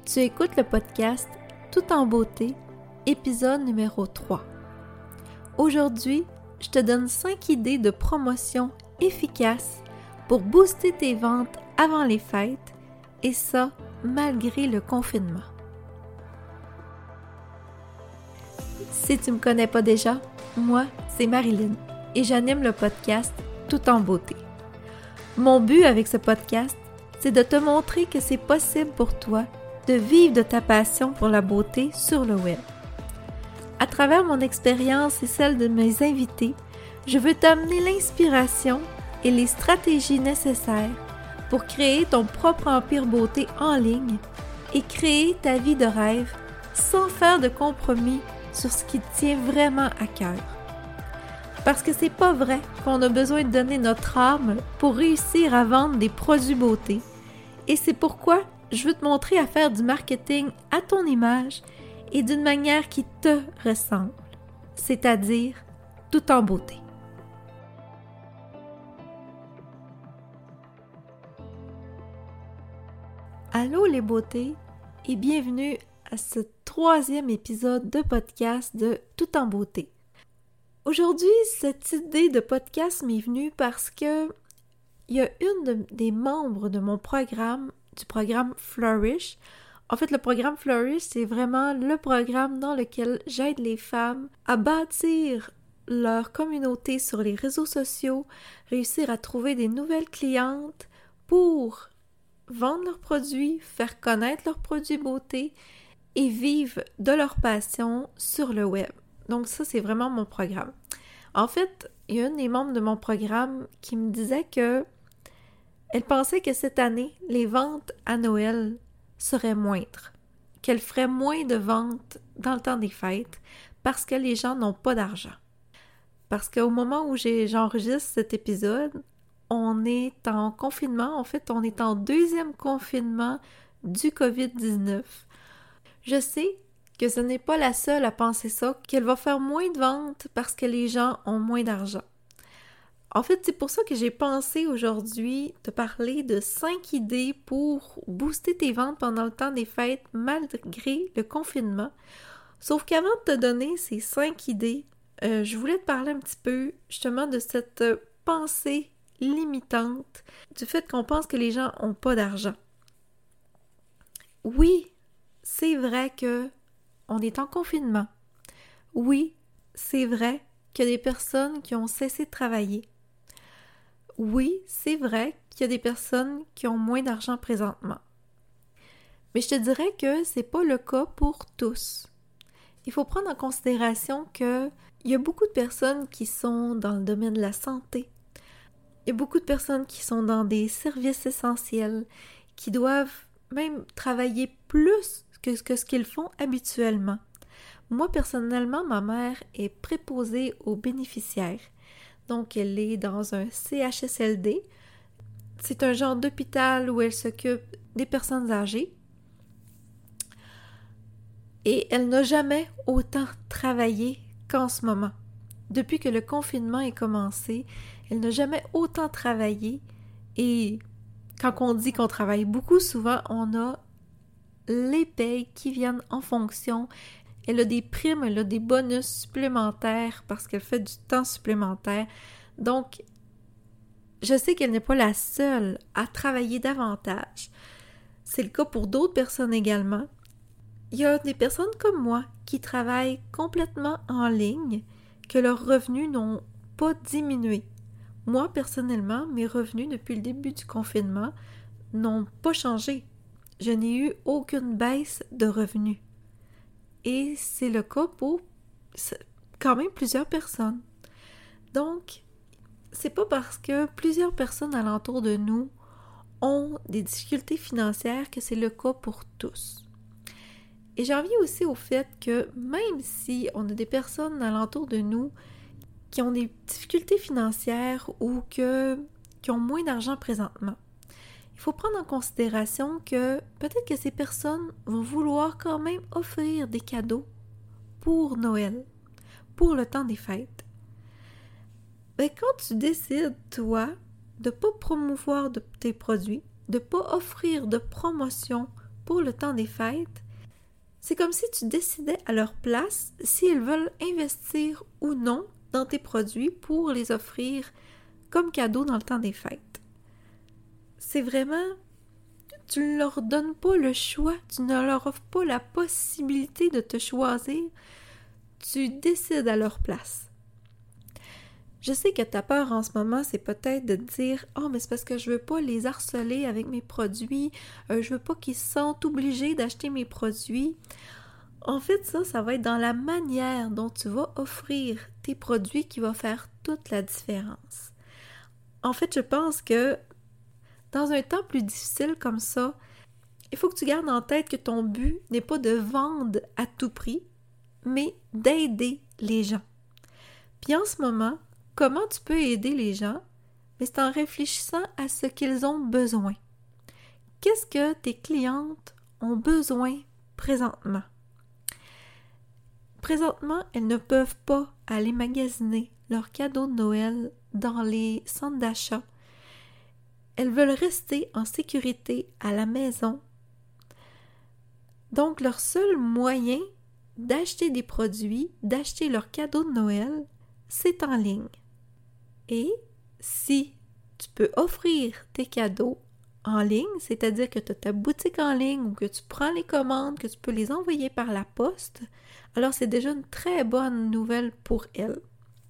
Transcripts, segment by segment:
Tu écoutes le podcast Tout en beauté, épisode numéro 3. Aujourd'hui, je te donne 5 idées de promotion efficaces pour booster tes ventes avant les fêtes, et ça, malgré le confinement. Si tu ne me connais pas déjà, moi, c'est Marilyn et j'anime le podcast Tout en beauté. Mon but avec ce podcast, c'est de te montrer que c'est possible pour toi de vivre de ta passion pour la beauté sur le web. À travers mon expérience et celle de mes invités, je veux t'amener l'inspiration et les stratégies nécessaires pour créer ton propre empire beauté en ligne et créer ta vie de rêve sans faire de compromis sur ce qui te tient vraiment à cœur. Parce que c'est pas vrai qu'on a besoin de donner notre âme pour réussir à vendre des produits beauté. Et c'est pourquoi je veux te montrer à faire du marketing à ton image et d'une manière qui te ressemble, c'est-à-dire tout en beauté. Allô les beautés et bienvenue à ce 3e épisode de podcast de Tout en beauté. Aujourd'hui, cette idée de podcast m'est venue parce que il y a des membres de mon programme, du programme Flourish. En fait, le programme Flourish, c'est vraiment le programme dans lequel j'aide les femmes à bâtir leur communauté sur les réseaux sociaux, réussir à trouver des nouvelles clientes pour vendre leurs produits, faire connaître leurs produits beauté et vivre de leur passion sur le web. Donc ça, c'est vraiment mon programme. En fait, il y a une des membres de mon programme qui me disait que elle pensait que cette année, les ventes à Noël seraient moindres, qu'elle ferait moins de ventes dans le temps des fêtes parce que les gens n'ont pas d'argent. Parce qu'au moment où j'enregistre cet épisode, on est en confinement, en fait, on est en 2e confinement du COVID-19. Je sais que ce n'est pas la seule à penser ça, qu'elle va faire moins de ventes parce que les gens ont moins d'argent. En fait, c'est pour ça que j'ai pensé aujourd'hui te parler de 5 idées pour booster tes ventes pendant le temps des fêtes malgré le confinement. Sauf qu'avant de te donner ces 5 idées, je voulais te parler un petit peu justement de cette pensée limitante du fait qu'on pense que les gens n'ont pas d'argent. Oui, c'est vrai que on est en confinement. Oui, c'est vrai qu'il y a des personnes qui ont cessé de travailler. Oui, c'est vrai qu'il y a des personnes qui ont moins d'argent présentement. Mais je te dirais que c'est pas le cas pour tous. Il faut prendre en considération qu'il y a beaucoup de personnes qui sont dans le domaine de la santé. Il y a beaucoup de personnes qui sont dans des services essentiels, qui doivent même travailler plus que ce qu'ils font habituellement. Moi, personnellement, ma mère est préposée aux bénéficiaires. Donc, elle est dans un CHSLD. C'est un genre d'hôpital où elle s'occupe des personnes âgées. Et elle n'a jamais autant travaillé qu'en ce moment. Depuis que le confinement est commencé, elle n'a jamais autant travaillé. Et quand on dit qu'on travaille beaucoup, souvent, on a les payes qui viennent en fonction. Elle a des primes, elle a des bonus supplémentaires parce qu'elle fait du temps supplémentaire. Donc, je sais qu'elle n'est pas la seule à travailler davantage. C'est le cas pour d'autres personnes également. Il y a des personnes comme moi qui travaillent complètement en ligne, que leurs revenus n'ont pas diminué. Moi, personnellement, mes revenus depuis le début du confinement n'ont pas changé. Je n'ai eu aucune baisse de revenus. Et c'est le cas pour quand même plusieurs personnes. Donc, c'est pas parce que plusieurs personnes alentour de nous ont des difficultés financières que c'est le cas pour tous. Et j'en viens aussi au fait que même si on a des personnes alentour de nous qui ont des difficultés financières ou qui ont moins d'argent présentement, il faut prendre en considération que peut-être que ces personnes vont vouloir quand même offrir des cadeaux pour Noël, pour le temps des fêtes. Mais quand tu décides, toi, de ne pas promouvoir tes produits, de ne pas offrir de promotion pour le temps des fêtes, c'est comme si tu décidais à leur place s'ils veulent investir ou non dans tes produits pour les offrir comme cadeau dans le temps des fêtes. C'est vraiment, tu ne leur donnes pas le choix, tu ne leur offres pas la possibilité de te choisir, tu décides à leur place. Je sais que ta peur en ce moment, c'est peut-être de te dire « Oh, mais c'est parce que je veux pas les harceler avec mes produits, je veux pas qu'ils se sentent obligés d'acheter mes produits. » En fait, ça va être dans la manière dont tu vas offrir tes produits qui va faire toute la différence. En fait, je pense que dans un temps plus difficile comme ça, il faut que tu gardes en tête que ton but n'est pas de vendre à tout prix, mais d'aider les gens. Puis en ce moment, comment tu peux aider les gens? Mais c'est en réfléchissant à ce qu'ils ont besoin. Qu'est-ce que tes clientes ont besoin présentement? Présentement, elles ne peuvent pas aller magasiner leurs cadeaux de Noël dans les centres d'achat. Elles veulent rester en sécurité à la maison. Donc, leur seul moyen d'acheter des produits, d'acheter leurs cadeaux de Noël, c'est en ligne. Et si tu peux offrir tes cadeaux en ligne, c'est-à-dire que tu as ta boutique en ligne ou que tu prends les commandes, que tu peux les envoyer par la poste, alors c'est déjà une très bonne nouvelle pour elles.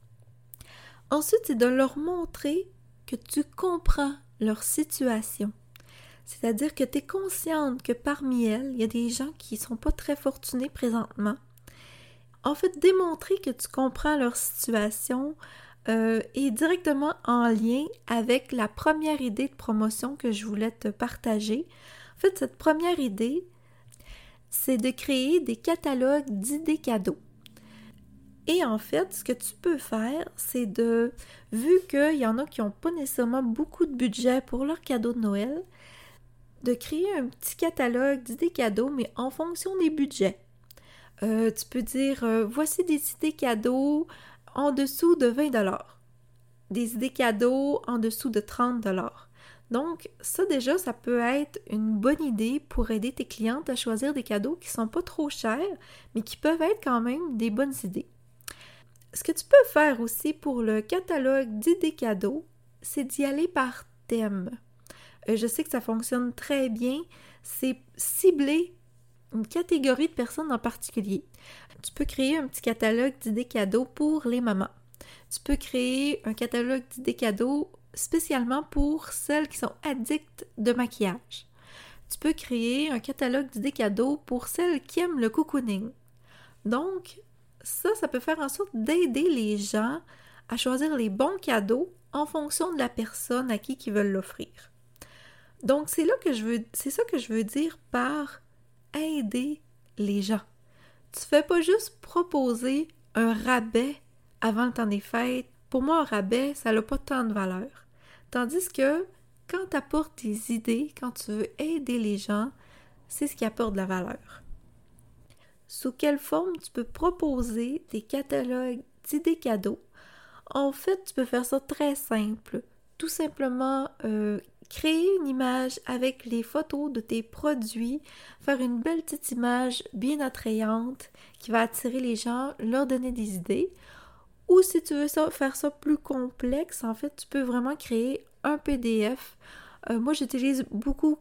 Ensuite, c'est de leur montrer que tu comprends leur situation. C'est-à-dire que tu es consciente que parmi elles, il y a des gens qui ne sont pas très fortunés présentement. En fait, démontrer que tu comprends leur situation est directement en lien avec la première idée de promotion que je voulais te partager. En fait, cette première idée, c'est de créer des catalogues d'idées cadeaux. Et en fait, ce que tu peux faire, c'est vu qu'il y en a qui n'ont pas nécessairement beaucoup de budget pour leurs cadeaux de Noël, de créer un petit catalogue d'idées cadeaux, mais en fonction des budgets. Tu peux dire, voici des idées cadeaux en dessous de 20$, des idées cadeaux en dessous de 30$. Donc, ça déjà, ça peut être une bonne idée pour aider tes clientes à choisir des cadeaux qui ne sont pas trop chers, mais qui peuvent être quand même des bonnes idées. Ce que tu peux faire aussi pour le catalogue d'idées cadeaux, c'est d'y aller par thème. Je sais que ça fonctionne très bien, c'est cibler une catégorie de personnes en particulier. Tu peux créer un petit catalogue d'idées cadeaux pour les mamans. Tu peux créer un catalogue d'idées cadeaux spécialement pour celles qui sont addictes de maquillage. Tu peux créer un catalogue d'idées cadeaux pour celles qui aiment le cocooning. Donc, ça peut faire en sorte d'aider les gens à choisir les bons cadeaux en fonction de la personne à qui ils veulent l'offrir. Donc, c'est ça que je veux dire par aider les gens. Tu fais pas juste proposer un rabais avant le temps des fêtes. Pour moi, un rabais, ça n'a pas tant de valeur. Tandis que quand tu apportes des idées, quand tu veux aider les gens, c'est ce qui apporte de la valeur. Sous quelle forme tu peux proposer des catalogues d'idées cadeaux? En fait, tu peux faire ça très simple. Tout simplement, créer une image avec les photos de tes produits, faire une belle petite image bien attrayante qui va attirer les gens, leur donner des idées. Ou si tu veux faire ça plus complexe, en fait, tu peux vraiment créer un PDF. Moi, j'utilise beaucoup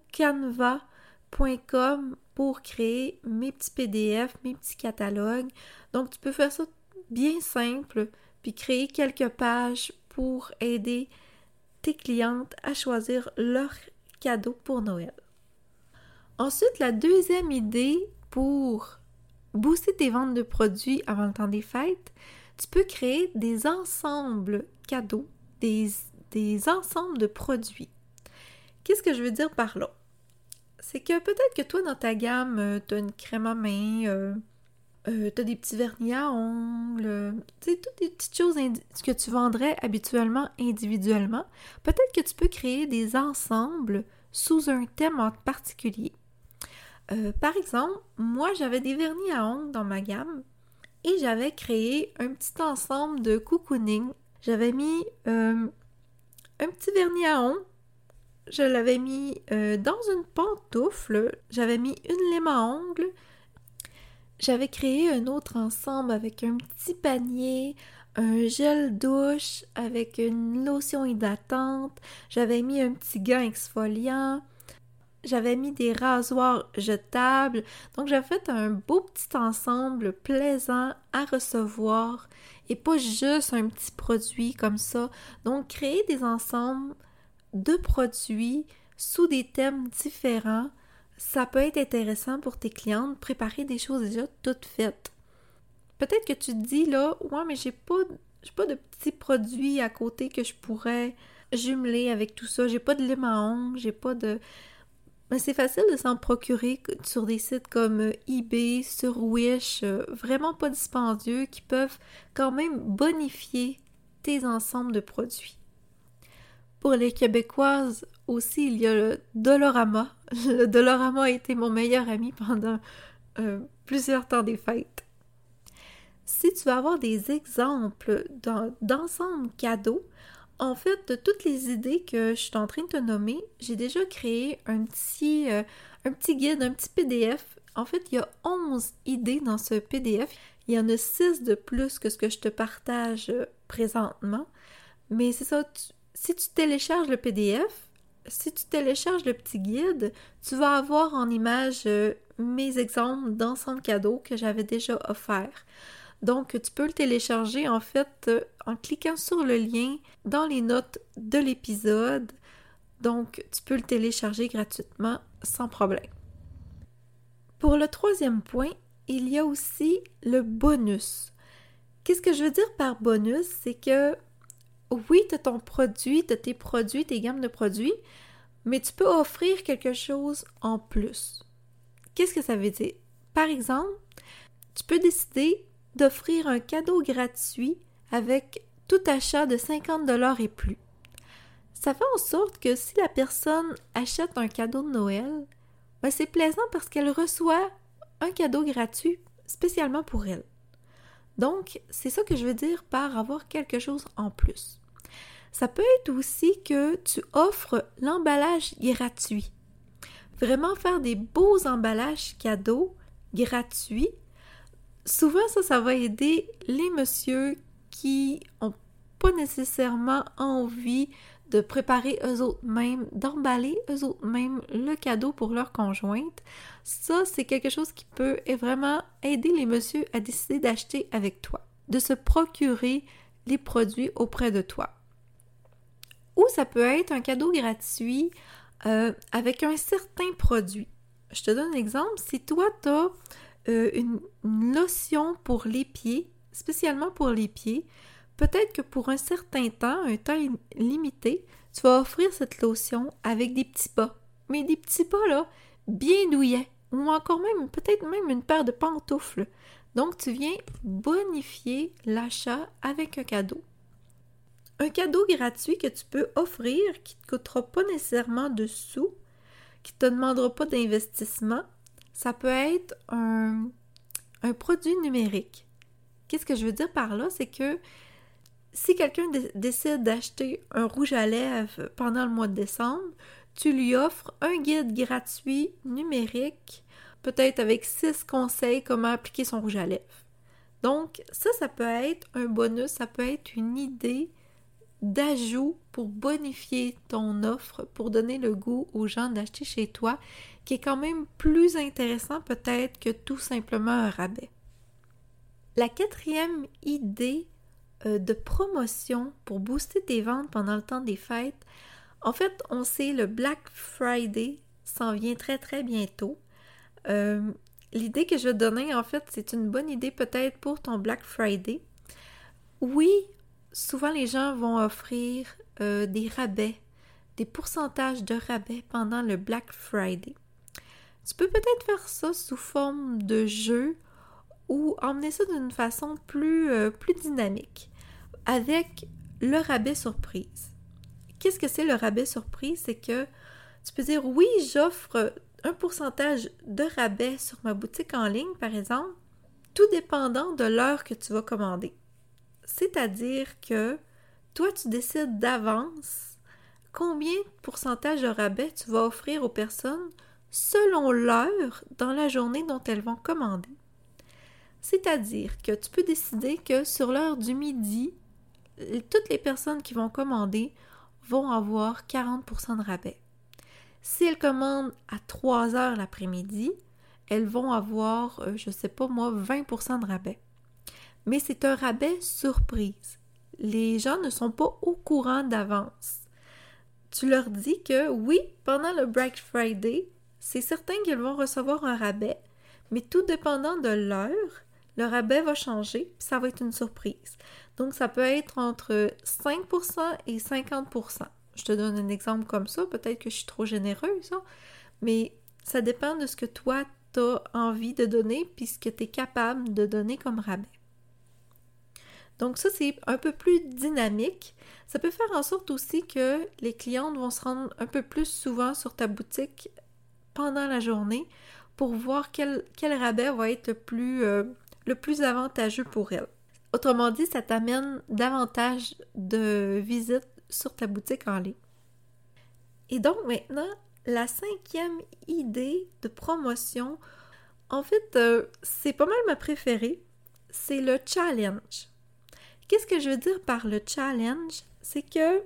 canva.com pour créer mes petits PDF, mes petits catalogues. Donc, tu peux faire ça bien simple, puis créer quelques pages pour aider tes clientes à choisir leur cadeau pour Noël. Ensuite, la deuxième idée pour booster tes ventes de produits avant le temps des fêtes, tu peux créer des ensembles cadeaux, des ensembles de produits. Qu'est-ce que je veux dire par là? C'est que peut-être que toi, dans ta gamme, tu as une crème à main, tu as des petits vernis à ongles, tu sais, toutes des petites choses que tu vendrais habituellement individuellement. Peut-être que tu peux créer des ensembles sous un thème en particulier. Par exemple, moi, j'avais des vernis à ongles dans ma gamme et j'avais créé un petit ensemble de cocooning. J'avais mis un petit vernis à ongles je l'avais mis dans une pantoufle, j'avais mis une lime à ongles, j'avais créé un autre ensemble avec un petit panier, un gel douche avec une lotion hydratante, j'avais mis un petit gant exfoliant, j'avais mis des rasoirs jetables, donc j'avais fait un beau petit ensemble plaisant à recevoir et pas juste un petit produit comme ça. Donc créer des ensembles de produits sous des thèmes différents, ça peut être intéressant pour tes clientes, préparer des choses déjà toutes faites. Peut-être que tu te dis là, ouais, mais j'ai pas de petits produits à côté que je pourrais jumeler avec tout ça. J'ai pas de lime à ongles, j'ai pas de... Mais c'est facile de s'en procurer sur des sites comme eBay, sur Wish, vraiment pas dispendieux, qui peuvent quand même bonifier tes ensembles de produits. Pour les Québécoises aussi, il y a le Dollarama. Le Dollarama a été mon meilleur ami pendant plusieurs temps des fêtes. Si tu veux avoir des exemples d'ensembles cadeaux, en fait, de toutes les idées que je suis en train de te nommer, j'ai déjà créé un petit guide, un petit PDF. En fait, il y a 11 idées dans ce PDF. Il y en a 6 de plus que ce que je te partage présentement. Mais c'est ça, si tu télécharges le PDF, si tu télécharges le petit guide, tu vas avoir en image mes exemples d'ensemble cadeaux que j'avais déjà offerts. Donc, tu peux le télécharger en fait en cliquant sur le lien dans les notes de l'épisode. Donc, tu peux le télécharger gratuitement sans problème. Pour le troisième point, il y a aussi le bonus. Qu'est-ce que je veux dire par bonus? C'est que oui, tu as ton produit, tu as tes produits, tes gammes de produits, mais tu peux offrir quelque chose en plus. Qu'est-ce que ça veut dire? Par exemple, tu peux décider d'offrir un cadeau gratuit avec tout achat de 50$ et plus. Ça fait en sorte que si la personne achète un cadeau de Noël, ben c'est plaisant parce qu'elle reçoit un cadeau gratuit spécialement pour elle. Donc, c'est ça que je veux dire par avoir quelque chose en plus. Ça peut être aussi que tu offres l'emballage gratuit. Vraiment faire des beaux emballages cadeaux gratuits. Souvent, ça va aider les messieurs qui n'ont pas nécessairement envie de préparer eux-mêmes, d'emballer eux-mêmes le cadeau pour leur conjointe. Ça, c'est quelque chose qui peut vraiment aider les messieurs à décider d'acheter avec toi, de se procurer les produits auprès de toi. Ou ça peut être un cadeau gratuit avec un certain produit. Je te donne un exemple. Si toi, tu as une lotion pour les pieds, spécialement pour les pieds, peut-être que pour un certain temps, un temps limité, tu vas offrir cette lotion avec des petits bas. Mais des petits bas, là, bien douillets. Ou encore même, peut-être même une paire de pantoufles. Donc, tu viens bonifier l'achat avec un cadeau. Un cadeau gratuit que tu peux offrir, qui ne te coûtera pas nécessairement de sous, qui ne te demandera pas d'investissement, ça peut être un produit numérique. Qu'est-ce que je veux dire par là? C'est que si quelqu'un décide d'acheter un rouge à lèvres pendant le mois de décembre, tu lui offres un guide gratuit numérique, peut-être avec 6 conseils comment appliquer son rouge à lèvres. Donc, ça peut être un bonus, ça peut être une idée d'ajout pour bonifier ton offre, pour donner le goût aux gens d'acheter chez toi, qui est quand même plus intéressant peut-être que tout simplement un rabais. La quatrième idée de promotion pour booster tes ventes pendant le temps des fêtes, en fait, on sait le Black Friday s'en vient très très bientôt. L'idée que je vais te donner, en fait, c'est une bonne idée peut-être pour ton Black Friday. Oui, souvent les gens vont offrir des rabais, des pourcentages de rabais pendant le Black Friday. Tu peux peut-être faire ça sous forme de jeu ou emmener ça d'une façon plus dynamique, avec le rabais surprise. Qu'est-ce que c'est le rabais surprise? C'est que tu peux dire, oui, j'offre un pourcentage de rabais sur ma boutique en ligne, par exemple, tout dépendant de l'heure que tu vas commander. C'est-à-dire que toi, tu décides d'avance combien de pourcentage de rabais tu vas offrir aux personnes selon l'heure dans la journée dont elles vont commander. C'est-à-dire que tu peux décider que sur l'heure du midi, toutes les personnes qui vont commander vont avoir 40% de rabais. Si elles commandent à 3 heures l'après-midi, elles vont avoir, 20% de rabais. Mais c'est un rabais surprise. Les gens ne sont pas au courant d'avance. Tu leur dis que oui, pendant le Black Friday, c'est certain qu'ils vont recevoir un rabais, mais tout dépendant de l'heure, le rabais va changer, puis ça va être une surprise. Donc, ça peut être entre 5% et 50%. Je te donne un exemple comme ça, peut-être que je suis trop généreuse, hein? Mais ça dépend de ce que toi, tu as envie de donner, puis ce que tu es capable de donner comme rabais. Donc ça, c'est un peu plus dynamique. Ça peut faire en sorte aussi que les clientes vont se rendre un peu plus souvent sur ta boutique pendant la journée pour voir quel rabais va être le plus avantageux pour elles. Autrement dit, ça t'amène davantage de visites sur ta boutique en ligne. Et donc maintenant, la 5e idée de promotion, en fait, c'est pas mal ma préférée, c'est le challenge. Qu'est-ce que je veux dire par le challenge? C'est que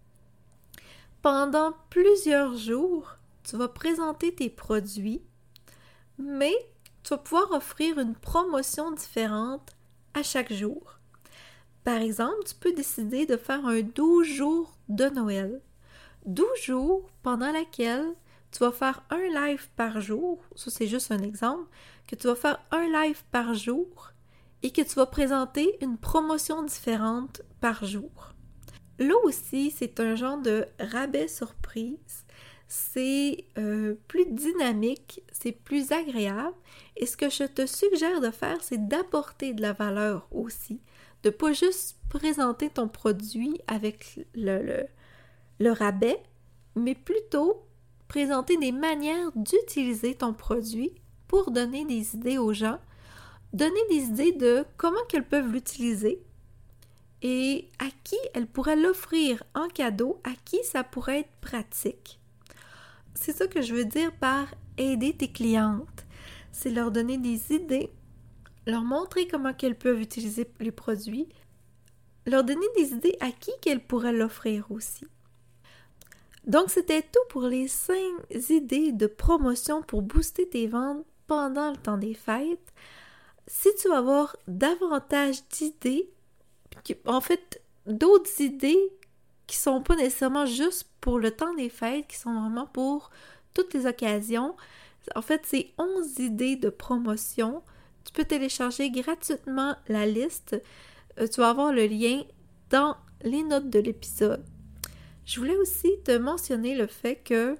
pendant plusieurs jours, tu vas présenter tes produits, mais tu vas pouvoir offrir une promotion différente à chaque jour. Par exemple, tu peux décider de faire un 12 jours de Noël. 12 jours pendant lesquels tu vas faire un live par jour, ça c'est juste un exemple, que tu vas faire un live par jour et que tu vas présenter une promotion différente par jour. Là aussi, c'est un genre de rabais surprise. C'est plus dynamique, c'est plus agréable. Et ce que je te suggère de faire, c'est d'apporter de la valeur aussi. De ne pas juste présenter ton produit avec le rabais, mais plutôt présenter des manières d'utiliser ton produit pour donner des idées aux gens, donner des idées de comment qu'elles peuvent l'utiliser et à qui elles pourraient l'offrir en cadeau, à qui ça pourrait être pratique. C'est ça que je veux dire par aider tes clientes. C'est leur donner des idées, leur montrer comment qu'elles peuvent utiliser les produits, leur donner des idées à qui qu'elles pourraient l'offrir aussi. Donc, c'était tout pour les 5 idées de promotion pour booster tes ventes pendant le temps des fêtes. Si tu veux avoir davantage d'idées, en fait, d'autres idées qui sont pas nécessairement juste pour le temps des fêtes, qui sont vraiment pour toutes les occasions, en fait, c'est 11 idées de promotion. Tu peux télécharger gratuitement la liste. Tu vas avoir le lien dans les notes de l'épisode. Je voulais aussi te mentionner le fait que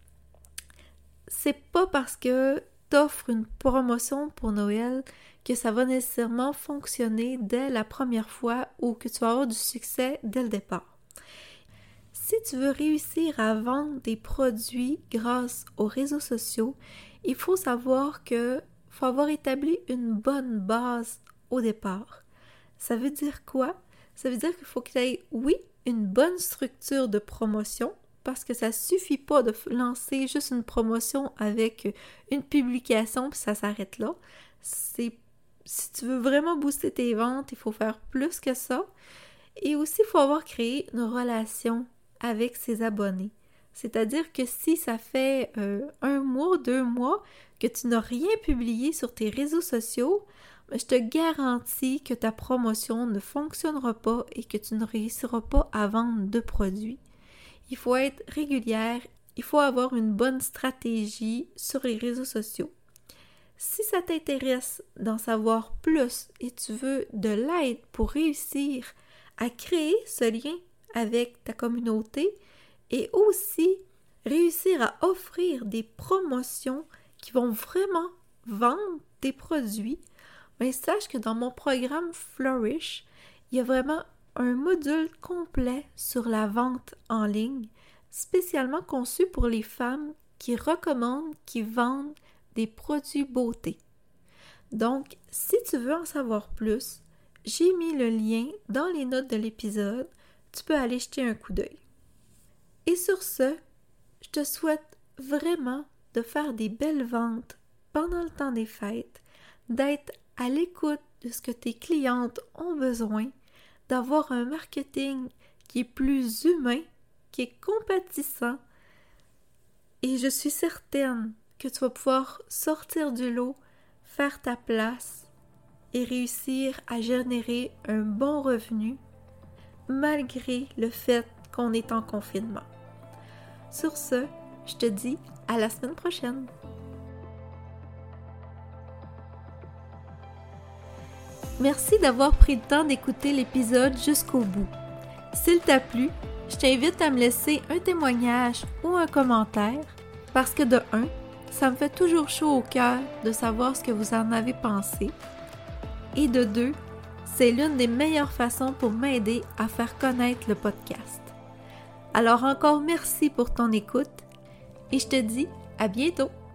c'est pas parce que tu offres une promotion pour Noël que ça va nécessairement fonctionner dès la première fois ou que tu vas avoir du succès dès le départ. Si tu veux réussir à vendre des produits grâce aux réseaux sociaux, il faut savoir qu'il faut avoir établi une bonne base au départ. Ça veut dire quoi? Ça veut dire qu'il faut que tu aies, oui, une bonne structure de promotion, parce que ça suffit pas de lancer juste une promotion avec une publication puis ça s'arrête là. Si tu veux vraiment booster tes ventes, il faut faire plus que ça. Et aussi, il faut avoir créé une relation avec ses abonnés. C'est-à-dire que si ça fait 1 mois, 2 mois que tu n'as rien publié sur tes réseaux sociaux, je te garantis que ta promotion ne fonctionnera pas et que tu ne réussiras pas à vendre de produits. Il faut être régulière, il faut avoir une bonne stratégie sur les réseaux sociaux. Si ça t'intéresse d'en savoir plus et tu veux de l'aide pour réussir à créer ce lien avec ta communauté et aussi réussir à offrir des promotions qui vont vraiment vendre tes produits, mais sache que dans mon programme Flourish, il y a vraiment un module complet sur la vente en ligne, spécialement conçu pour les femmes qui recommandent, qui vendent des produits beauté. Donc, si tu veux en savoir plus, j'ai mis le lien dans les notes de l'épisode. Tu peux aller jeter un coup d'œil. Et sur ce, je te souhaite vraiment de faire des belles ventes pendant le temps des fêtes, d'être à l'écoute de ce que tes clientes ont besoin, d'avoir un marketing qui est plus humain, qui est compatissant. Et je suis certaine que tu vas pouvoir sortir du lot, faire ta place et réussir à générer un bon revenu malgré le fait qu'on est en confinement. Sur ce, je te dis à la semaine prochaine. Merci d'avoir pris le temps d'écouter l'épisode jusqu'au bout. S'il t'a plu, je t'invite à me laisser un témoignage ou un commentaire parce que de 1, ça me fait toujours chaud au cœur de savoir ce que vous en avez pensé et de 2, c'est l'une des meilleures façons pour m'aider à faire connaître le podcast. Alors encore merci pour ton écoute et je te dis à bientôt!